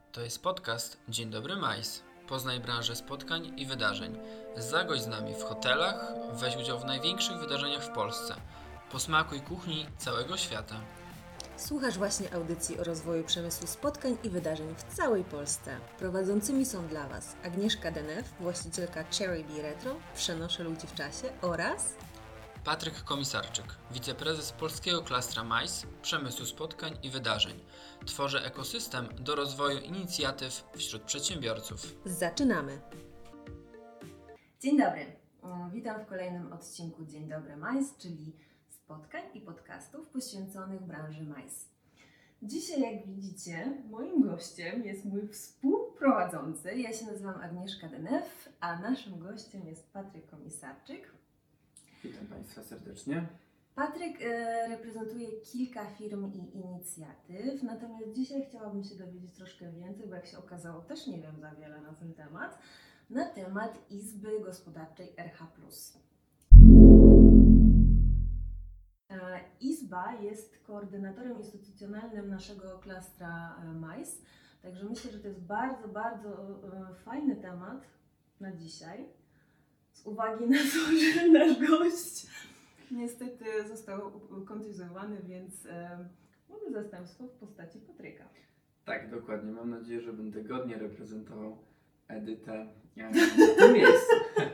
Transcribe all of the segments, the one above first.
To jest podcast Dzień Dobry Majs. Poznaj branżę spotkań i wydarzeń. Zagość z nami w hotelach, weź udział w największych wydarzeniach w Polsce. Posmakuj kuchni całego świata. Słuchasz właśnie audycji o rozwoju przemysłu spotkań i wydarzeń w całej Polsce. Prowadzącymi są dla Was Agnieszka Denef, właścicielka Cherry Bee Retro, Przenoszę ludzi w czasie oraz Patryk Komisarczyk, wiceprezes polskiego klastra MAIS, przemysłu spotkań i wydarzeń. Tworzę ekosystem do rozwoju inicjatyw wśród przedsiębiorców. Zaczynamy! Dzień dobry, witam w kolejnym odcinku Dzień Dobry MAIS, czyli spotkań i podcastów poświęconych branży MAIS. Dzisiaj, jak widzicie, moim gościem jest mój współprowadzący. Ja się nazywam Agnieszka Denef, a naszym gościem jest Patryk Komisarczyk. Witam Państwa serdecznie. Patryk reprezentuje kilka firm i inicjatyw, natomiast dzisiaj chciałabym się dowiedzieć troszkę więcej, bo jak się okazało, też nie wiem za wiele na temat Izby Gospodarczej RH+. Izba jest koordynatorem instytucjonalnym naszego klastra MAIS, także myślę, że to jest bardzo, bardzo fajny temat na dzisiaj, z uwagi na to, że nasz gość niestety został kontuzjowany, więc mamy zastępstwo w postaci Patryka. Tak, dokładnie. Mam nadzieję, że będę godnie reprezentował Edytę w tym miejscu.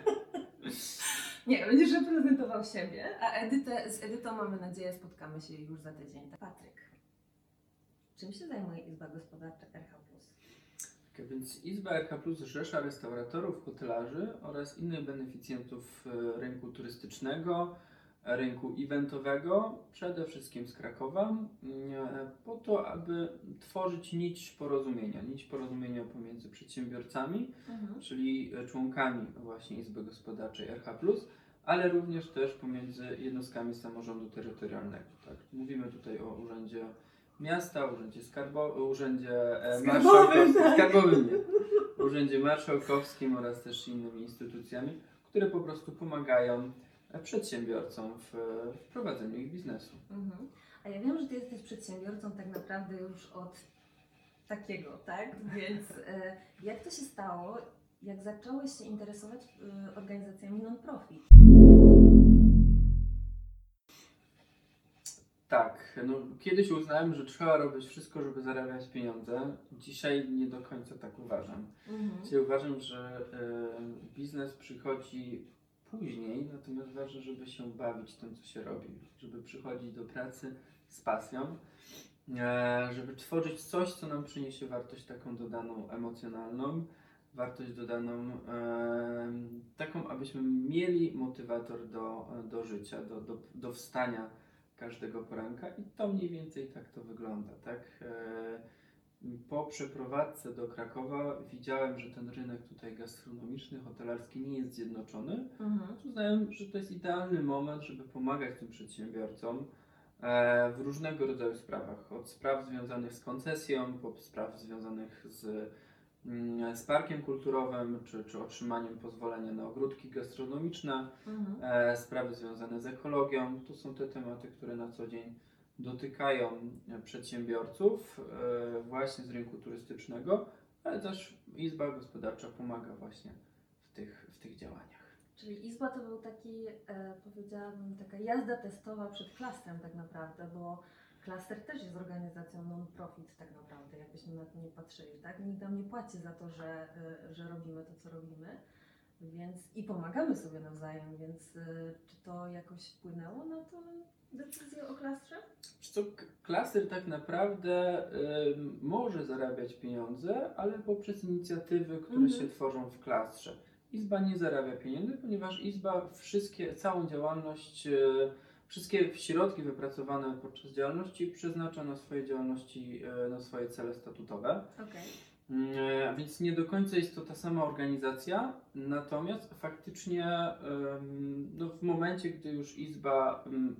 Nie, będziesz reprezentował siebie, a z Edytą mamy nadzieję spotkamy się już za tydzień. Patryk, czym się zajmuje Izba Gospodarcza RH+? Tak, więc Izba RH+ zrzesza restauratorów, hotelarzy oraz innych beneficjentów rynku turystycznego, rynku eventowego, przede wszystkim z Krakowa, po to, aby tworzyć nić porozumienia pomiędzy przedsiębiorcami, czyli członkami właśnie Izby Gospodarczej RH+, ale również też pomiędzy jednostkami samorządu terytorialnego. Tak? Mówimy tutaj o Urzędzie Miasta, Urzędzie Marszałkowskim oraz też innymi instytucjami, które po prostu pomagają przedsiębiorcom w prowadzeniu ich biznesu. A ja wiem, że Ty jesteś przedsiębiorcą tak naprawdę już od takiego, tak? Więc jak to się stało, jak zacząłeś się interesować organizacjami non-profit? Tak, kiedyś uznałem, że trzeba robić wszystko, żeby zarabiać pieniądze. Dzisiaj nie do końca tak uważam. Dzisiaj uważam, że biznes przychodzi później, natomiast ważne, żeby się bawić tym, co się robi. Żeby przychodzić do pracy z pasją, żeby tworzyć coś, co nam przyniesie wartość taką dodaną emocjonalną, wartość dodaną taką, abyśmy mieli motywator do życia, do wstania każdego poranka i to mniej więcej tak to wygląda, tak? Po przeprowadzce do Krakowa widziałem, że ten rynek tutaj gastronomiczny, hotelarski nie jest zjednoczony. Uznałem, że to jest idealny moment, żeby pomagać tym przedsiębiorcom w różnego rodzaju sprawach. Od spraw związanych z koncesją, po spraw związanych z parkiem kulturowym, czy otrzymaniem pozwolenia na ogródki gastronomiczne, sprawy związane z ekologią. To są te tematy, które na co dzień dotykają przedsiębiorców właśnie z rynku turystycznego, ale też Izba Gospodarcza pomaga właśnie w tych działaniach. Czyli Izba to był taki, powiedziałabym, taka jazda testowa przed klastrem tak naprawdę, bo klaster też jest organizacją non-profit tak naprawdę, jakbyśmy na to nie patrzyli, tak? Nikt nam nie płaci za to, że robimy to, co robimy, więc i pomagamy sobie nawzajem, więc czy to jakoś wpłynęło na to decyzję o klastrze? Klaster tak naprawdę może zarabiać pieniądze, ale poprzez inicjatywy, które się tworzą w klastrze. Izba nie zarabia pieniędzy, ponieważ Izba całą działalność, wszystkie środki wypracowane podczas działalności przeznacza na swoje działalności, na swoje cele statutowe. Więc nie do końca jest to ta sama organizacja, natomiast faktycznie w momencie, gdy już Izba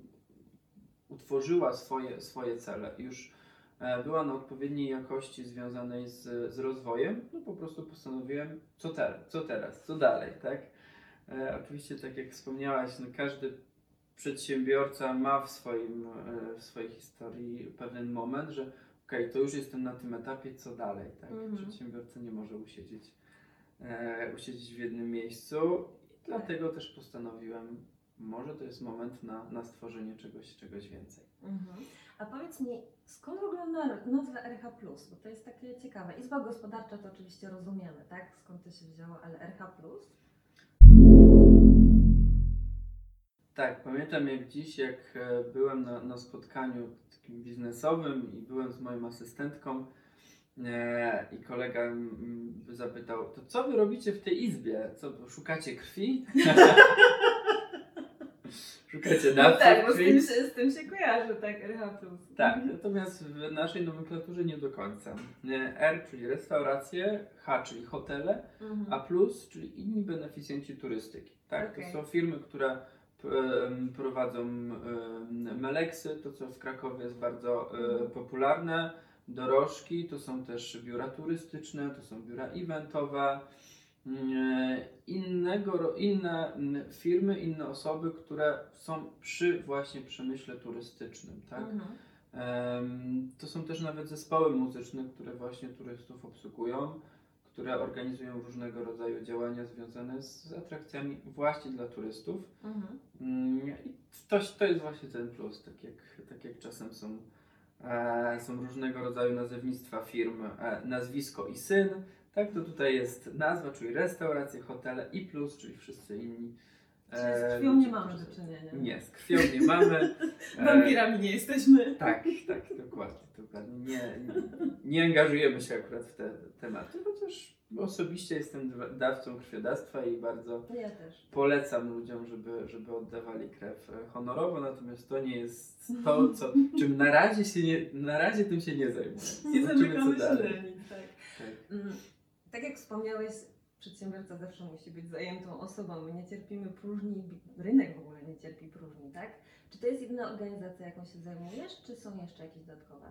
utworzyła swoje cele, już była na odpowiedniej jakości związanej z rozwojem, po prostu postanowiłem, co teraz, co dalej, tak? Oczywiście, tak jak wspomniałaś, każdy przedsiębiorca ma w swojej historii pewien moment, że okej, to już jestem na tym etapie, co dalej, tak? Mhm. Przedsiębiorca nie może usiedzieć w jednym miejscu i dlatego też postanowiłem, może to jest moment na stworzenie czegoś więcej. Mhm. A powiedz mi, skąd w ogóle nazwa RH+, bo to jest takie ciekawe. Izba gospodarcza to oczywiście rozumiemy, tak? Skąd to się wzięło, ale RH+? Tak, pamiętam jak dziś, jak byłem na spotkaniu takim biznesowym i byłem z moją asystentką i kolega zapytał, to co wy robicie w tej izbie? Co, szukacie krwi? Szukacie dawców Tak, bo krwi? z tym się kojarzy, tak, RH+. Tak, natomiast w naszej nomenklaturze nie do końca. R, czyli restauracje, H, czyli hotele, Mhm. A plus, czyli inni beneficjenci turystyki. Tak? Okej. To są firmy, które prowadzą meleksy, to co w Krakowie jest bardzo popularne, dorożki, to są też biura turystyczne, to są biura eventowe, inne firmy, inne osoby, które są przy właśnie przemyśle turystycznym. Tak? Mhm. To są też nawet zespoły muzyczne, które właśnie turystów obsługują, które organizują różnego rodzaju działania związane z atrakcjami właśnie dla turystów. Mhm. I to jest właśnie ten plus, tak jak czasem są różnego rodzaju nazewnictwa firm, nazwisko i syn, tak, to tutaj jest nazwa, czyli restauracje, hotele i plus, czyli wszyscy inni. Czyli z krwią nie mamy do czynienia. Nie, z krwią nie mamy. Wampirami nie jesteśmy. Tak, dokładnie. Nie angażujemy się akurat w te tematy, chociaż osobiście jestem dawcą krwiodawstwa i bardzo Ja też. polecam ludziom, żeby oddawali krew honorowo, natomiast to nie jest to, czym na razie tym się nie zajmuję. Nie Zobaczymy, zamykamy co dalej. śledztw, tak. Tak jak wspomniałeś, przedsiębiorca zawsze musi być zajętą osobą. My nie cierpimy próżni, rynek w ogóle nie cierpi próżni, tak? Czy to jest jedyna organizacja, jaką się zajmujesz, czy są jeszcze jakieś dodatkowe?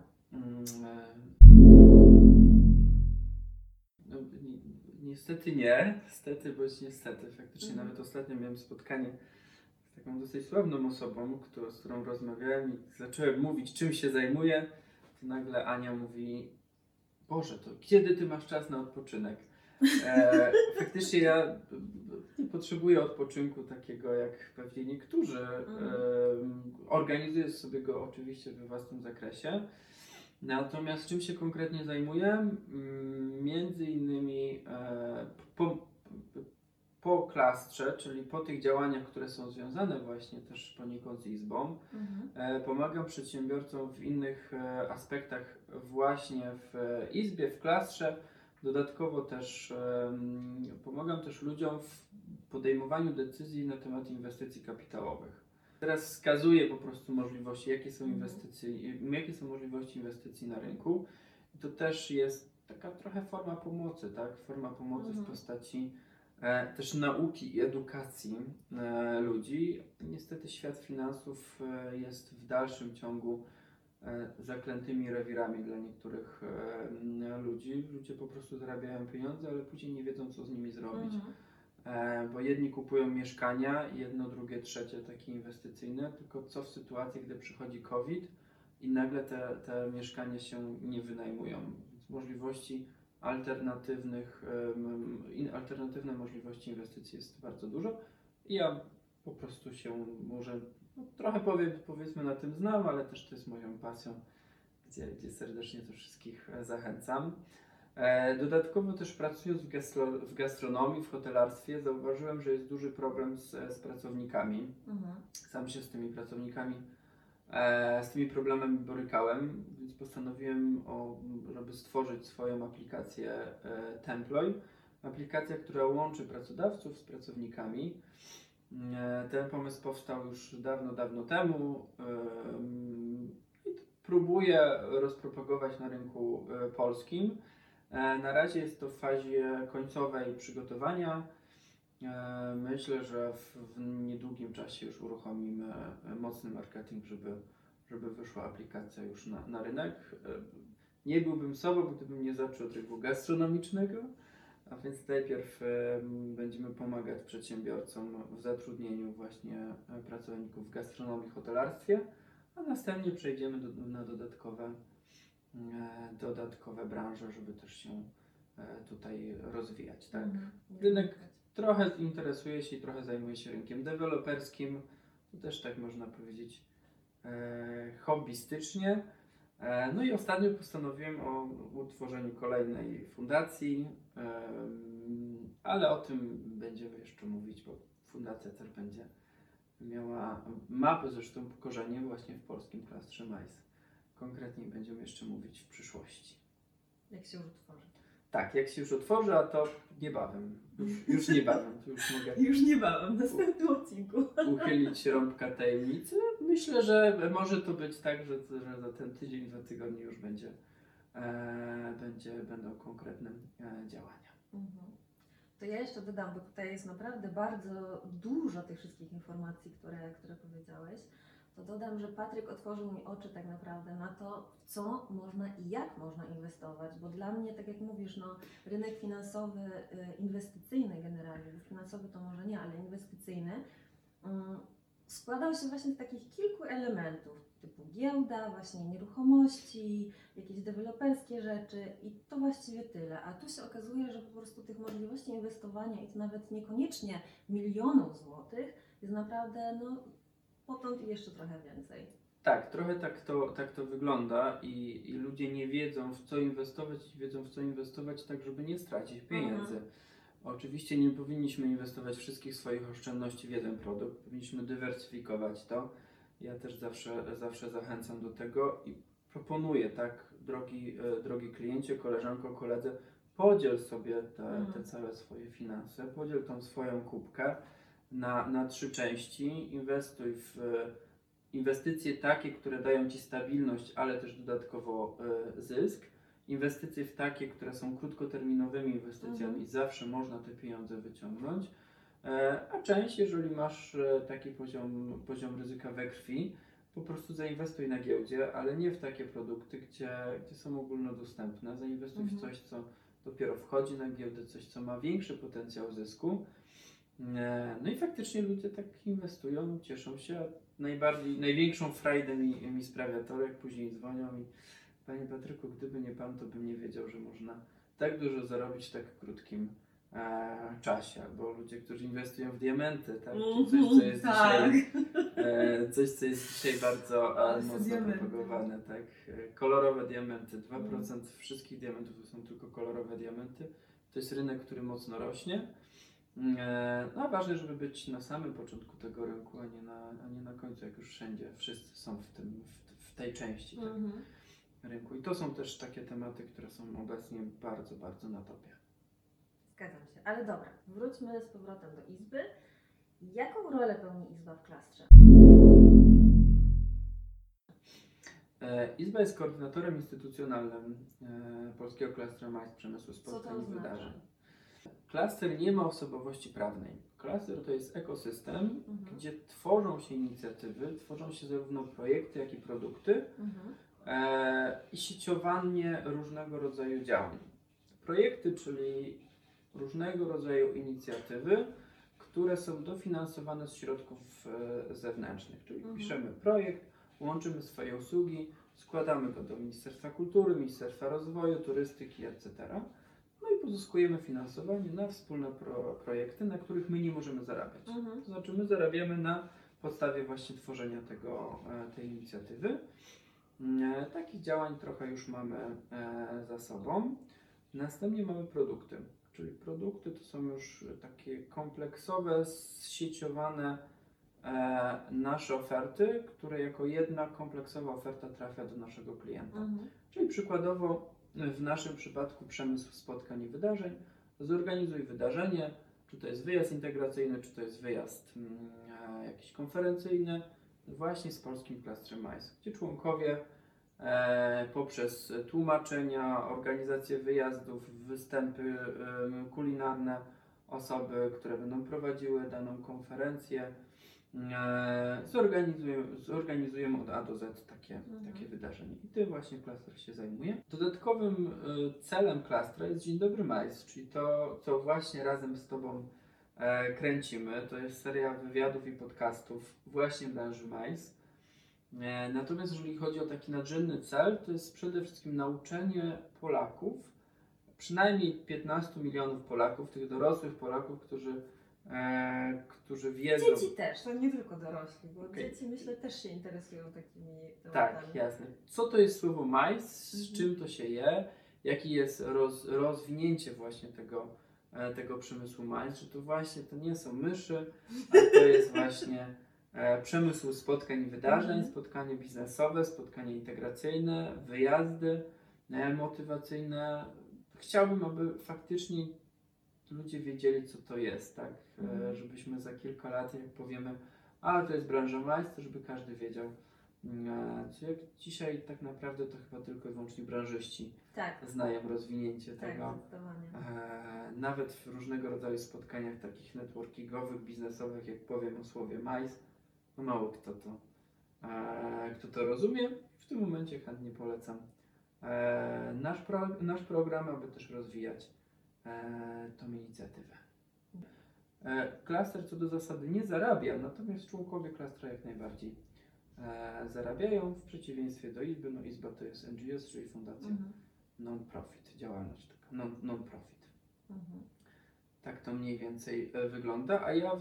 No, niestety nie, stety bądź niestety. Faktycznie nawet ostatnio miałem spotkanie z taką dosyć sławną osobą, z którą rozmawiałem i zacząłem mówić, czym się zajmuję, to nagle Ania mówi, Boże, to kiedy ty masz czas na odpoczynek? Faktycznie ja nie potrzebuję odpoczynku takiego jak pewnie niektórzy. Organizuję sobie go oczywiście we własnym zakresie. Natomiast czym się konkretnie zajmuję? Między innymi po klastrze, czyli po tych działaniach, które są związane właśnie też poniekąd z Izbą, pomagam przedsiębiorcom w innych aspektach właśnie w Izbie, w klastrze. Dodatkowo też pomagam też ludziom w podejmowaniu decyzji na temat inwestycji kapitałowych. Teraz wskazuję po prostu możliwości, jakie są możliwości inwestycji na rynku. I to też jest taka trochę forma pomocy, tak? Forma pomocy w postaci też nauki i edukacji ludzi. Niestety świat finansów jest w dalszym ciągu zaklętymi rewirami dla niektórych ludzi. Ludzie po prostu zarabiają pieniądze, ale później nie wiedzą, co z nimi zrobić. Bo jedni kupują mieszkania, jedno, drugie, trzecie takie inwestycyjne, tylko co w sytuacji, gdy przychodzi COVID i nagle te mieszkania się nie wynajmują. Więc możliwości alternatywne możliwości inwestycji jest bardzo dużo i ja po prostu się może trochę powiedzmy na tym znam, ale też to jest moją pasją, gdzie serdecznie do wszystkich zachęcam. Dodatkowo też pracując w gastronomii, w hotelarstwie, zauważyłem, że jest duży problem z pracownikami. Sam się z tymi pracownikami, z tymi problemami borykałem, więc postanowiłem, żeby stworzyć swoją aplikację Temploy. Aplikacja, która łączy pracodawców z pracownikami. Ten pomysł powstał już dawno temu. Próbuję rozpropagować na rynku polskim. Na razie jest to w fazie końcowej przygotowania. Myślę, że w niedługim czasie już uruchomimy mocny marketing, żeby wyszła aplikacja już na rynek. Nie byłbym sobą, gdybym nie zaczął od rynku gastronomicznego, a więc najpierw będziemy pomagać przedsiębiorcom w zatrudnieniu właśnie pracowników w gastronomii, hotelarstwie, a następnie przejdziemy na dodatkowe dodatkowe branże, żeby też się tutaj rozwijać. Tak? Nie Rynek zamykać. trochę interesuje się i trochę zajmuje się rynkiem deweloperskim, to też tak można powiedzieć hobbystycznie. No i ostatnio postanowiłem o utworzeniu kolejnej fundacji, ale o tym będziemy jeszcze mówić, bo fundacja też będzie miała mapę zresztą korzenie właśnie w polskim klastrze MICE. Konkretniej będziemy jeszcze mówić w przyszłości. Jak się już utworzy. Tak, jak się już otworzy, a to niebawem. Już niebawem, to już mogę Już niebawem, w następnym odcinku. uchylić rąbka tajemnicy. Myślę, że może to być tak, że za ten tydzień, 2 tygodnie już będą konkretne działania. To ja jeszcze dodam, bo tutaj jest naprawdę bardzo dużo tych wszystkich informacji, które powiedziałeś. To dodam, że Patryk otworzył mi oczy tak naprawdę na to, w co można i jak można inwestować, bo dla mnie, tak jak mówisz, no, rynek finansowy, inwestycyjny generalnie, bo finansowy to może nie, ale inwestycyjny, składał się właśnie z takich kilku elementów, typu giełda, właśnie nieruchomości, jakieś deweloperskie rzeczy i to właściwie tyle. A tu się okazuje, że po prostu tych możliwości inwestowania i to nawet niekoniecznie milionów złotych jest naprawdę, no, potąd i jeszcze trochę więcej. Tak, trochę tak to wygląda i ludzie nie wiedzą w co inwestować i wiedzą w co inwestować tak, żeby nie stracić pieniędzy. Oczywiście nie powinniśmy inwestować wszystkich swoich oszczędności w jeden produkt, powinniśmy dywersyfikować to. Ja też zawsze zachęcam do tego i proponuję, tak, drogi kliencie, koleżanko, koledze, podziel sobie te całe swoje finanse, podziel tą swoją kubkę na 3 części, inwestuj w inwestycje takie, które dają Ci stabilność, ale też dodatkowo zysk. Inwestycje w takie, które są krótkoterminowymi inwestycjami, zawsze można te pieniądze wyciągnąć. A część, jeżeli masz taki poziom ryzyka we krwi, po prostu zainwestuj na giełdzie, ale nie w takie produkty, gdzie są ogólnodostępne. Zainwestuj w coś, co dopiero wchodzi na giełdę, coś, co ma większy potencjał zysku. No i faktycznie ludzie tak inwestują, cieszą się. Największą frajdę mi sprawia to, jak później dzwonią i Panie Patryku, gdyby nie Pan, to bym nie wiedział, że można tak dużo zarobić w tak krótkim czasie. Bo ludzie, którzy inwestują w diamenty, tak? Czy coś, co jest coś, co jest dzisiaj bardzo mocno propagowane, tak? Kolorowe diamenty, 2% wszystkich diamentów to są tylko kolorowe diamenty. To jest rynek, który mocno rośnie. No a ważne, żeby być na samym początku tego rynku, a nie na końcu, jak już wszyscy są w tej części rynku. I to są też takie tematy, które są obecnie bardzo, bardzo na topie. Zgadzam się, ale dobra, wróćmy z powrotem do Izby. Jaką rolę pełni Izba w klastrze? Izba jest koordynatorem instytucjonalnym Polskiego Klastra MICE Przemysłu, Spotkań i Wydarzeń. Klaster nie ma osobowości prawnej. Klaster to jest ekosystem, gdzie tworzą się inicjatywy, tworzą się zarówno projekty, jak i produkty i sieciowanie różnego rodzaju działań. Projekty, czyli różnego rodzaju inicjatywy, które są dofinansowane z środków zewnętrznych. Czyli piszemy projekt, łączymy swoje usługi, składamy go do Ministerstwa Kultury, Ministerstwa Rozwoju, Turystyki, etc. No i pozyskujemy finansowanie na wspólne projekty, na których my nie możemy zarabiać. To znaczy my zarabiamy na podstawie właśnie tworzenia tej inicjatywy. Takich działań trochę już mamy za sobą. Następnie mamy produkty. Czyli produkty to są już takie kompleksowe, zsieciowane nasze oferty, które jako jedna kompleksowa oferta trafia do naszego klienta. Czyli przykładowo w naszym przypadku przemysł spotkań i wydarzeń. Zorganizuj wydarzenie, czy to jest wyjazd integracyjny, czy to jest wyjazd jakiś konferencyjny, właśnie z Polskim Klastrem MICE, gdzie członkowie poprzez tłumaczenia, organizację wyjazdów, występy kulinarne, osoby, które będą prowadziły daną konferencję, zorganizujemy od A do Z takie wydarzenie. I tym właśnie klaster się zajmuje. Dodatkowym celem klastra jest Dzień Dobry MICE, czyli to, co właśnie razem z Tobą kręcimy. To jest seria wywiadów i podcastów właśnie w branży MICE. Natomiast jeżeli chodzi o taki nadrzędny cel, to jest przede wszystkim nauczenie Polaków, przynajmniej 15 milionów Polaków, tych dorosłych Polaków, którzy wiedzą. Dzieci też, to nie tylko dorośli, bo dzieci myślę też się interesują takimi tematami. Tak, jasne. Co to jest słowo majs, z czym to się je, jakie jest rozwinięcie właśnie tego przemysłu majs, że to właśnie to nie są myszy, a to jest właśnie przemysł spotkań i wydarzeń, spotkanie biznesowe, spotkanie integracyjne, wyjazdy motywacyjne. Chciałbym, aby faktycznie ludzie wiedzieli, co to jest, tak? Żebyśmy za kilka lat, jak powiemy, ale to jest branża majs, to żeby każdy wiedział. Jak dzisiaj tak naprawdę to chyba tylko i wyłącznie branżyści znają rozwinięcie tego. Zdecydowanie. Nawet w różnego rodzaju spotkaniach takich networkingowych, biznesowych, jak powiem o słowie majs, no mało kto to rozumie. W tym momencie chętnie polecam nasz program, aby też rozwijać tą inicjatywę. Klaster co do zasady nie zarabia, natomiast członkowie klastra jak najbardziej zarabiają, w przeciwieństwie do Izby. No Izba to jest NGOs, czyli fundacja non-profit, działalność taka non-profit. Tak to mniej więcej wygląda, a ja w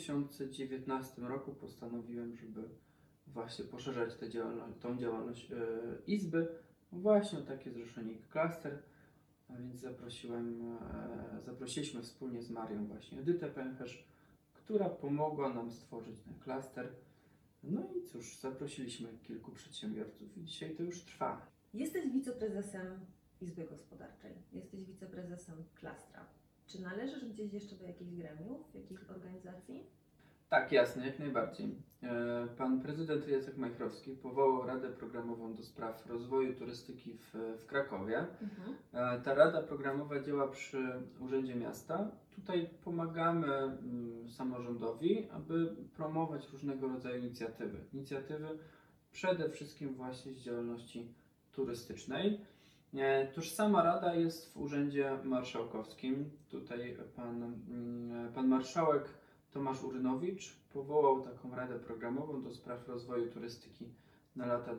2019 roku postanowiłem, żeby właśnie poszerzać tą działalność Izby właśnie o takie zrzeszenie jak klaster, a więc zaprosiliśmy wspólnie z Marią właśnie Edytę Pęcherz, która pomogła nam stworzyć ten klaster. No i cóż, zaprosiliśmy kilku przedsiębiorców i dzisiaj to już trwa. Jesteś wiceprezesem Izby Gospodarczej, jesteś wiceprezesem klastra. Czy należysz gdzieś jeszcze do jakichś gremiów, jakichś organizacji? Tak, jasne, jak najbardziej. Pan prezydent Jacek Majchrowski powołał Radę Programową do spraw rozwoju turystyki w Krakowie. Ta Rada Programowa działa przy Urzędzie Miasta. Tutaj pomagamy samorządowi, aby promować różnego rodzaju inicjatywy. Inicjatywy przede wszystkim właśnie z działalności turystycznej. Tożsama Rada jest w Urzędzie Marszałkowskim. Tutaj pan marszałek Tomasz Urynowicz powołał taką Radę Programową do spraw rozwoju turystyki na lata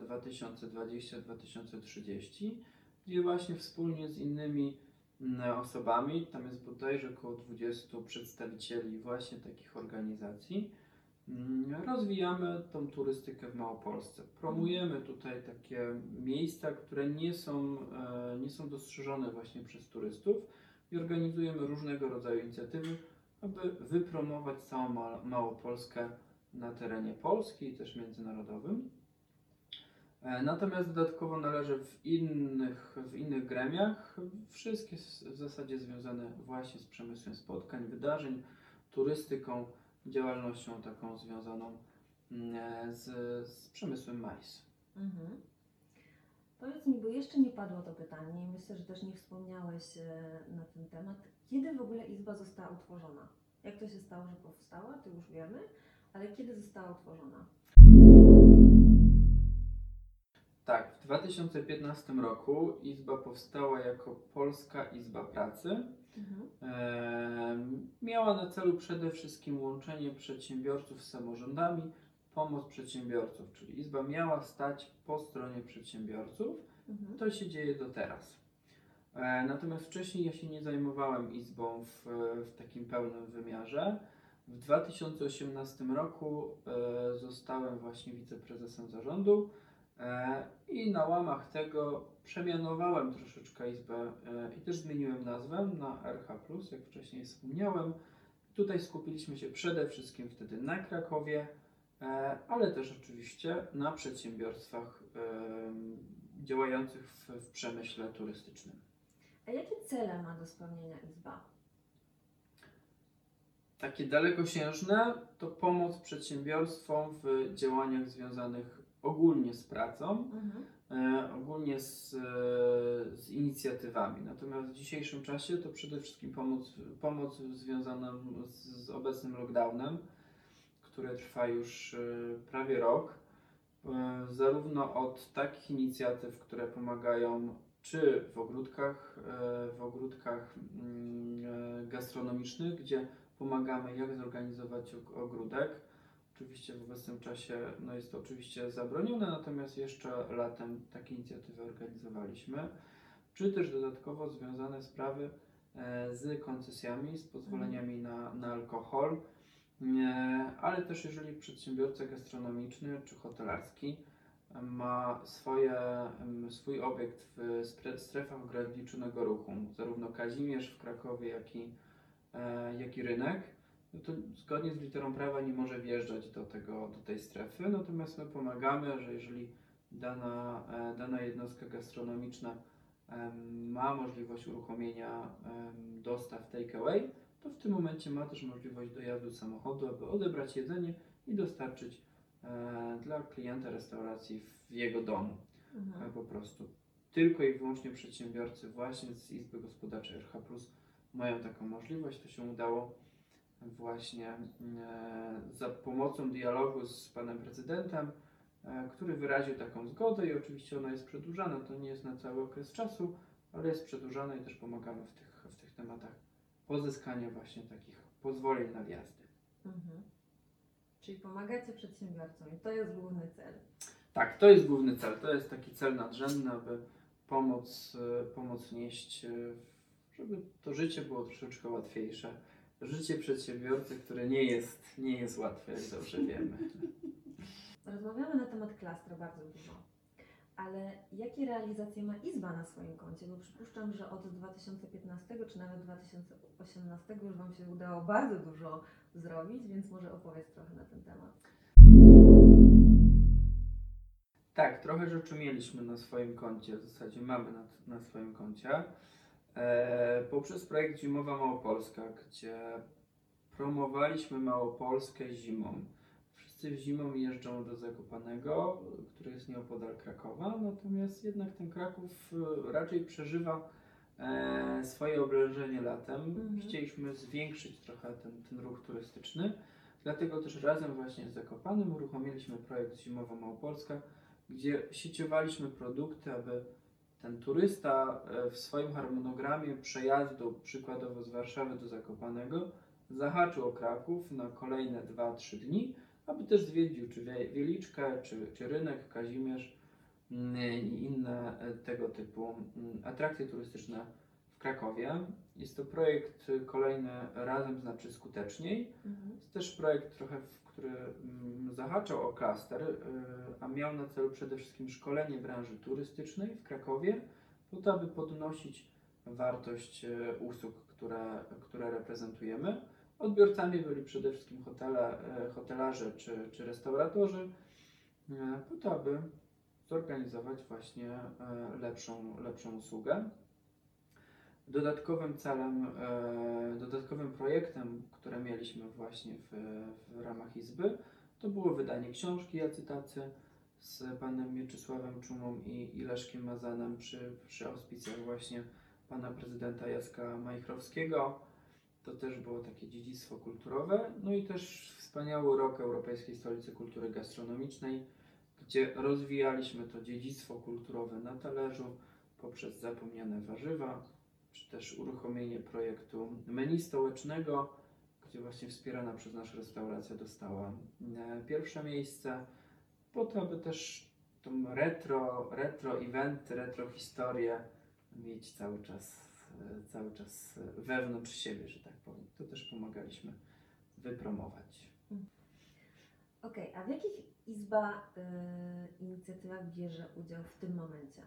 2020-2030, gdzie właśnie wspólnie z innymi osobami, tam jest bodajże około 20 przedstawicieli właśnie takich organizacji, rozwijamy tą turystykę w Małopolsce. Promujemy tutaj takie miejsca, które nie są dostrzeżone właśnie przez turystów i organizujemy różnego rodzaju inicjatywy, aby wypromować całą Małopolskę na terenie Polski i też międzynarodowym. Natomiast dodatkowo należy w innych gremiach, wszystkie w zasadzie związane właśnie z przemysłem spotkań, wydarzeń, turystyką, działalnością taką związaną z przemysłem majs. Powiedz mi, bo jeszcze nie padło to pytanie i myślę, że też nie wspomniałeś na ten temat. Kiedy w ogóle Izba została utworzona? Jak to się stało, że powstała? To już wiemy, ale kiedy została utworzona? Tak, w 2015 roku Izba powstała jako Polska Izba Pracy. Miała na celu przede wszystkim łączenie przedsiębiorców z samorządami, pomoc przedsiębiorców, czyli Izba miała stać po stronie przedsiębiorców. To się dzieje do teraz. Natomiast wcześniej ja się nie zajmowałem Izbą w takim pełnym wymiarze. W 2018 roku zostałem właśnie wiceprezesem zarządu i na łamach tego przemianowałem troszeczkę Izbę i też zmieniłem nazwę na RH+, jak wcześniej wspomniałem. Tutaj skupiliśmy się przede wszystkim wtedy na Krakowie, ale też oczywiście na przedsiębiorstwach działających w przemyśle turystycznym. A jakie cele ma do spełnienia Izba? Takie dalekosiężne to pomoc przedsiębiorstwom w działaniach związanych ogólnie z pracą, ogólnie z inicjatywami. Natomiast w dzisiejszym czasie to przede wszystkim pomoc związana z obecnym lockdownem, który trwa już prawie rok. Zarówno od takich inicjatyw, które pomagają czy w ogródkach gastronomicznych, gdzie pomagamy jak zorganizować ogródek, Oczywiście w obecnym czasie jest to oczywiście zabronione, natomiast jeszcze latem takie inicjatywy organizowaliśmy. Czy też dodatkowo związane sprawy z koncesjami, z pozwoleniami na alkohol, ale też jeżeli przedsiębiorca gastronomiczny czy hotelarski ma swój obiekt w strefach ograniczonego ruchu, zarówno Kazimierz w Krakowie, jak i rynek, no to zgodnie z literą prawa nie może wjeżdżać do tej strefy, natomiast my pomagamy, że jeżeli dana jednostka gastronomiczna ma możliwość uruchomienia dostaw take-away, to w tym momencie ma też możliwość dojazdu samochodu, aby odebrać jedzenie i dostarczyć dla klienta restauracji w jego domu. Po prostu. Tylko i wyłącznie przedsiębiorcy właśnie z Izby Gospodarczej RH Plus mają taką możliwość. To się udało właśnie za pomocą dialogu z panem prezydentem, który wyraził taką zgodę i oczywiście ona jest przedłużana. To nie jest na cały okres czasu, ale jest przedłużana i też pomagamy w tych tematach pozyskania właśnie takich pozwoleń na wjazdy. Czyli pomagacie przedsiębiorcom i to jest główny cel. Tak, to jest główny cel. To jest taki cel nadrzędny, aby pomóc nieść, żeby to życie było troszeczkę łatwiejsze. Życie przedsiębiorcy, które nie jest łatwe, jak dobrze wiemy. Rozmawiamy na temat klastra bardzo dużo, ale jakie realizacje ma Izba na swoim koncie? Bo przypuszczam, że od 2015 czy nawet 2018 już Wam się udało bardzo dużo zrobić, więc może opowiedz trochę na ten temat. Tak, trochę rzeczy mieliśmy na swoim koncie, w zasadzie mamy na swoim koncie. Poprzez projekt Zimowa Małopolska, gdzie promowaliśmy Małopolskę zimą. Wszyscy zimą jeżdżą do Zakopanego, który jest nieopodal Krakowa, natomiast jednak ten Kraków raczej przeżywa swoje oblężenie latem. Chcieliśmy zwiększyć trochę ten ruch turystyczny, dlatego też razem właśnie z Zakopanem uruchomiliśmy projekt Zimowa Małopolska, gdzie sieciowaliśmy produkty, aby ten turysta w swoim harmonogramie przejazdu przykładowo z Warszawy do Zakopanego zahaczył o Kraków na kolejne 2-3 dni, aby też zwiedził czy Wieliczkę, czy rynek, Kazimierz i inne tego typu atrakcje turystyczne w Krakowie. Jest to projekt kolejny razem znaczy skuteczniej. Jest też projekt trochę, który zahaczał o klaster, a miał na celu przede wszystkim szkolenie branży turystycznej w Krakowie, po to, aby podnosić wartość usług, które reprezentujemy. Odbiorcami byli przede wszystkim hotelarze czy restauratorzy, po to, aby zorganizować właśnie lepszą usługę. Dodatkowym projektem, które mieliśmy właśnie w ramach Izby, to było wydanie książki Jacy Tacy z panem Mieczysławem Czumą i Leszkiem Mazanem przy auspicjach właśnie pana prezydenta Jacka Majchrowskiego. To też było takie dziedzictwo kulturowe. No i też wspaniały rok Europejskiej Stolicy Kultury Gastronomicznej, gdzie rozwijaliśmy to dziedzictwo kulturowe na talerzu poprzez zapomniane warzywa, czy też uruchomienie projektu menu stołecznego, gdzie właśnie wspierana przez naszą restaurację dostała pierwsze miejsce, po to, aby też tą retro eventy, retro historię mieć cały czas wewnątrz siebie, że tak powiem. To też pomagaliśmy wypromować. Okej, a w jakich Izba inicjatywach bierze udział w tym momencie?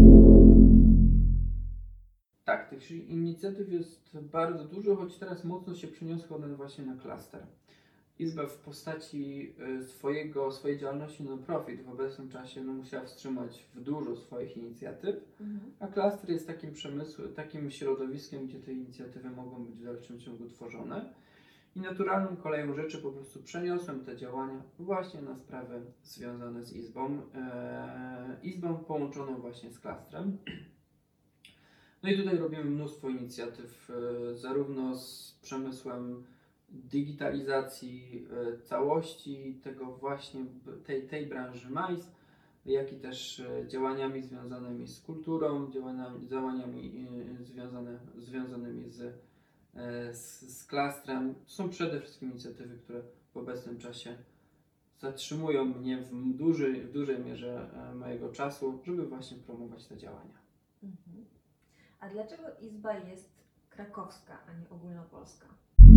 Tak, tych inicjatyw jest bardzo dużo, choć teraz mocno się przeniosły one właśnie na klaster. Izba w postaci swojej działalności non-profit w obecnym czasie musiała wstrzymać w dużo swoich inicjatyw, a klaster jest takim środowiskiem, gdzie te inicjatywy mogą być w dalszym ciągu tworzone. I naturalną koleją rzeczy po prostu przeniosłem te działania właśnie na sprawy związane z Izbą połączoną właśnie z klastrem. No i tutaj robimy mnóstwo inicjatyw, zarówno z przemysłem digitalizacji całości tego właśnie tej branży MICE, jak i też działaniami związanymi z kulturą, działaniami związanymi z klastrem. To są przede wszystkim inicjatywy, które w obecnym czasie zatrzymują mnie w dużej mierze mojego czasu, żeby właśnie promować te działania. Mhm. A dlaczego Izba jest krakowska, a nie ogólnopolska?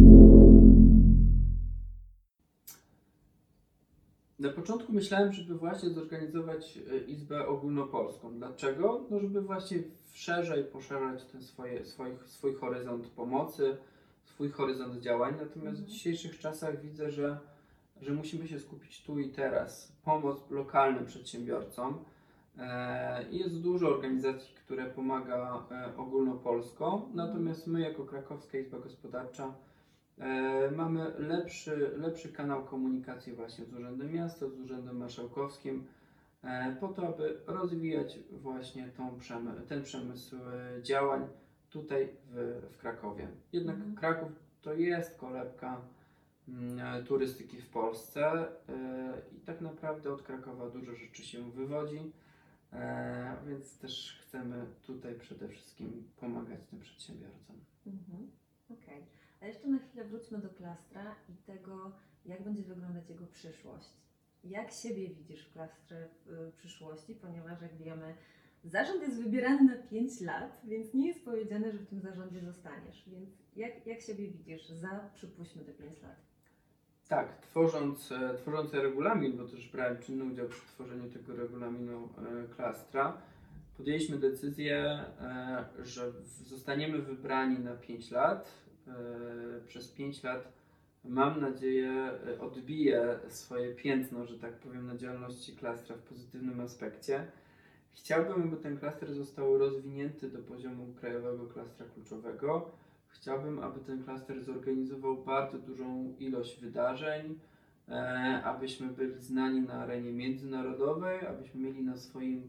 Na początku myślałem, żeby właśnie zorganizować Izbę ogólnopolską. Dlaczego? No, żeby właśnie szerzej poszerzać ten swój horyzont pomocy, swój horyzont działań. Natomiast w dzisiejszych czasach widzę, że musimy się skupić tu i teraz. Pomoc lokalnym przedsiębiorcom. Jest dużo organizacji, które pomaga ogólnopolsko, natomiast my jako Krakowska Izba Gospodarcza mamy lepszy kanał komunikacji właśnie z Urzędem Miasta, z Urzędem Marszałkowskim, po to, aby rozwijać właśnie ten przemysł działań tutaj w Krakowie. Jednak Kraków to jest kolebka turystyki w Polsce i tak naprawdę od Krakowa dużo rzeczy się wywodzi, więc też chcemy tutaj przede wszystkim pomagać tym przedsiębiorcom. Okej. A jeszcze na chwilę wróćmy do klastra i tego, jak będzie wyglądać jego przyszłość. Jak siebie widzisz w klastrze w przyszłości, ponieważ jak wiemy, zarząd jest wybierany na 5 lat, więc nie jest powiedziane, że w tym zarządzie zostaniesz. Więc jak siebie widzisz przypuśćmy te 5 lat? Tak, tworząc regulamin, bo też brałem czynny udział przy tworzeniu tego regulaminu klastra, podjęliśmy decyzję, że zostaniemy wybrani na 5 lat. Przez 5 lat, mam nadzieję, odbije swoje piętno, że tak powiem, na działalności klastra w pozytywnym aspekcie. Chciałbym, aby ten klaster został rozwinięty do poziomu krajowego klastra kluczowego. Chciałbym, aby ten klaster zorganizował bardzo dużą ilość wydarzeń, abyśmy byli znani na arenie międzynarodowej, abyśmy mieli na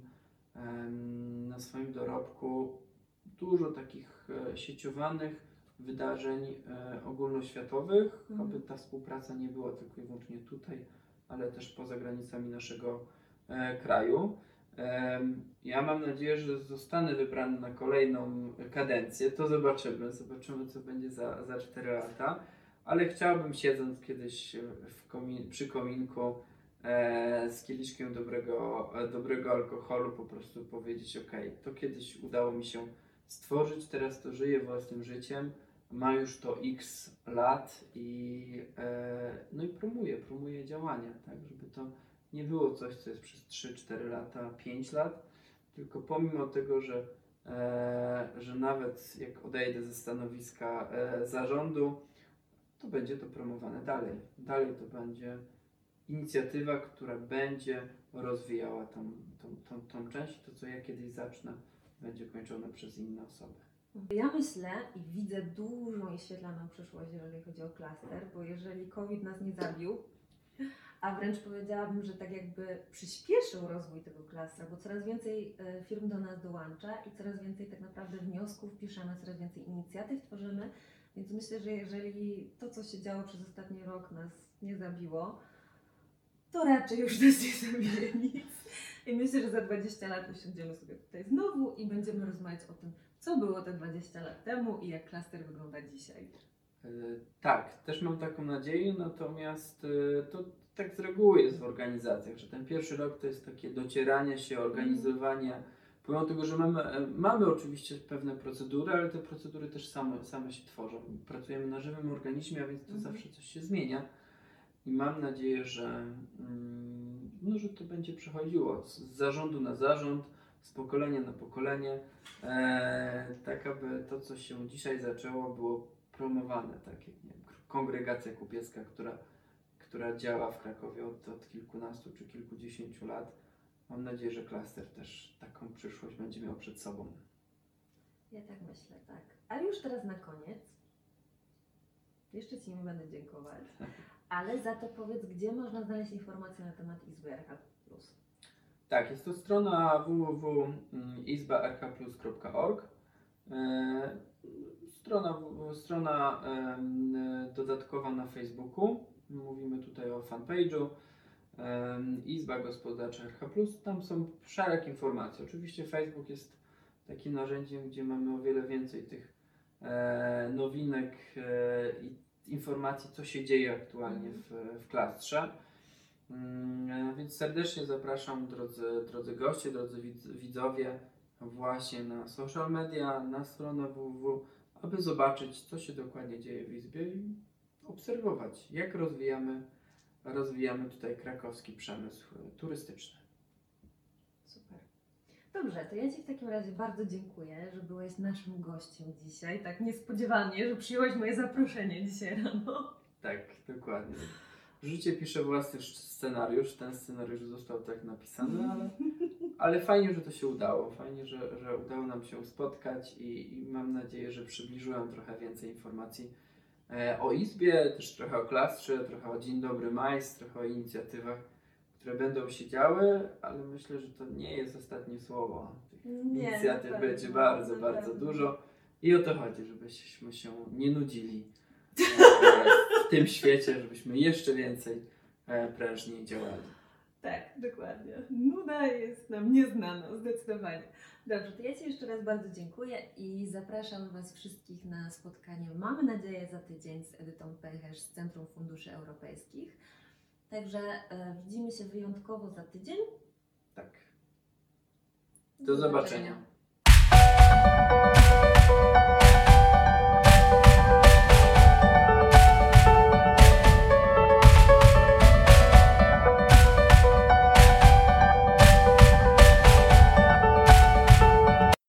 swoim dorobku dużo takich sieciowanych wydarzeń ogólnoświatowych, aby ta współpraca nie była tylko i wyłącznie tutaj, ale też poza granicami naszego kraju. Ja mam nadzieję, że zostanę wybrany na kolejną kadencję. To zobaczymy, co będzie za 4 lata. Ale chciałbym, siedząc kiedyś przy kominku z kieliszkiem dobrego alkoholu, po prostu powiedzieć: ok, to kiedyś udało mi się stworzyć, teraz to żyję własnym życiem, ma już to x lat i promuję działania, tak, żeby to nie było coś, co jest przez 3-4 lata, 5 lat, tylko pomimo tego, że nawet jak odejdę ze stanowiska zarządu, to będzie to promowane dalej. Dalej to będzie inicjatywa, która będzie rozwijała tą część. To, co ja kiedyś zacznę, będzie kończone przez inne osoby. Ja myślę i widzę dużą i świetlaną przyszłość, jeżeli chodzi o klaster, bo jeżeli COVID nas nie zabił, a wręcz powiedziałabym, że tak jakby przyspieszył rozwój tego klastra, bo coraz więcej firm do nas dołącza i coraz więcej tak naprawdę wniosków piszemy, coraz więcej inicjatyw tworzymy, więc myślę, że jeżeli to, co się działo przez ostatni rok, nas nie zabiło, to raczej już nas nie zabije nic. I myślę, że za 20 lat usiądziemy sobie tutaj znowu i będziemy rozmawiać o tym, co było te 20 lat temu i jak klaster wygląda dzisiaj. Tak, też mam taką nadzieję, natomiast to tak z reguły jest w organizacjach, że ten pierwszy rok to jest takie docieranie się, organizowanie, pomimo tego, że mamy oczywiście pewne procedury, ale te procedury też same się tworzą. Pracujemy na żywym organizmie, a więc to zawsze coś się zmienia i mam nadzieję, że to będzie przechodziło z zarządu na zarząd, z pokolenia na pokolenie, tak aby to, co się dzisiaj zaczęło, było promowane, tak jak kongregacja kupiecka, która działa w Krakowie od kilkunastu czy kilkudziesięciu lat. Mam nadzieję, że klaster też taką przyszłość będzie miał przed sobą. Ja tak myślę, tak. A już teraz na koniec, jeszcze Ci nie będę dziękować, ale za to powiedz, gdzie można znaleźć informacje na temat Izby RH+. Tak, jest to strona www.izbarhplus.org. Strona dodatkowa na Facebooku. Mówimy tutaj o fanpage'u. Izba Gospodarcza RH+. Tam są szereg informacji. Oczywiście Facebook jest takim narzędziem, gdzie mamy o wiele więcej tych nowinek i informacji, co się dzieje aktualnie w klastrze. Więc serdecznie zapraszam, drodzy goście, drodzy widzowie, właśnie na social media, na stronę www, aby zobaczyć, co się dokładnie dzieje w Izbie i obserwować, jak rozwijamy tutaj krakowski przemysł turystyczny. Super. Dobrze, to ja Ci w takim razie bardzo dziękuję, że byłeś naszym gościem dzisiaj. Tak niespodziewanie, że przyjąłeś moje zaproszenie dzisiaj rano. Tak, dokładnie. W życiu piszę własny scenariusz, ten scenariusz został tak napisany, ale fajnie, że to się udało. Fajnie, że udało nam się spotkać i mam nadzieję, że przybliżyłem trochę więcej informacji o Izbie, też trochę o klastrze, trochę o Dzień Dobry Majs, trochę o inicjatywach, które będą się działy, ale myślę, że to nie jest ostatnie słowo. Tych inicjatyw będzie bardzo, bardzo dużo i o to chodzi, żebyśmy się nie nudzili w tym świecie, żebyśmy jeszcze więcej prężniej działali. Tak, dokładnie. Nuda jest nam nieznana, zdecydowanie. Dobrze, to ja Ci jeszcze raz bardzo dziękuję i zapraszam Was wszystkich na spotkanie, mamy nadzieję, za tydzień z Edytą Pęcherz z Centrum Funduszy Europejskich. Także widzimy się wyjątkowo za tydzień. Tak. Do zobaczenia.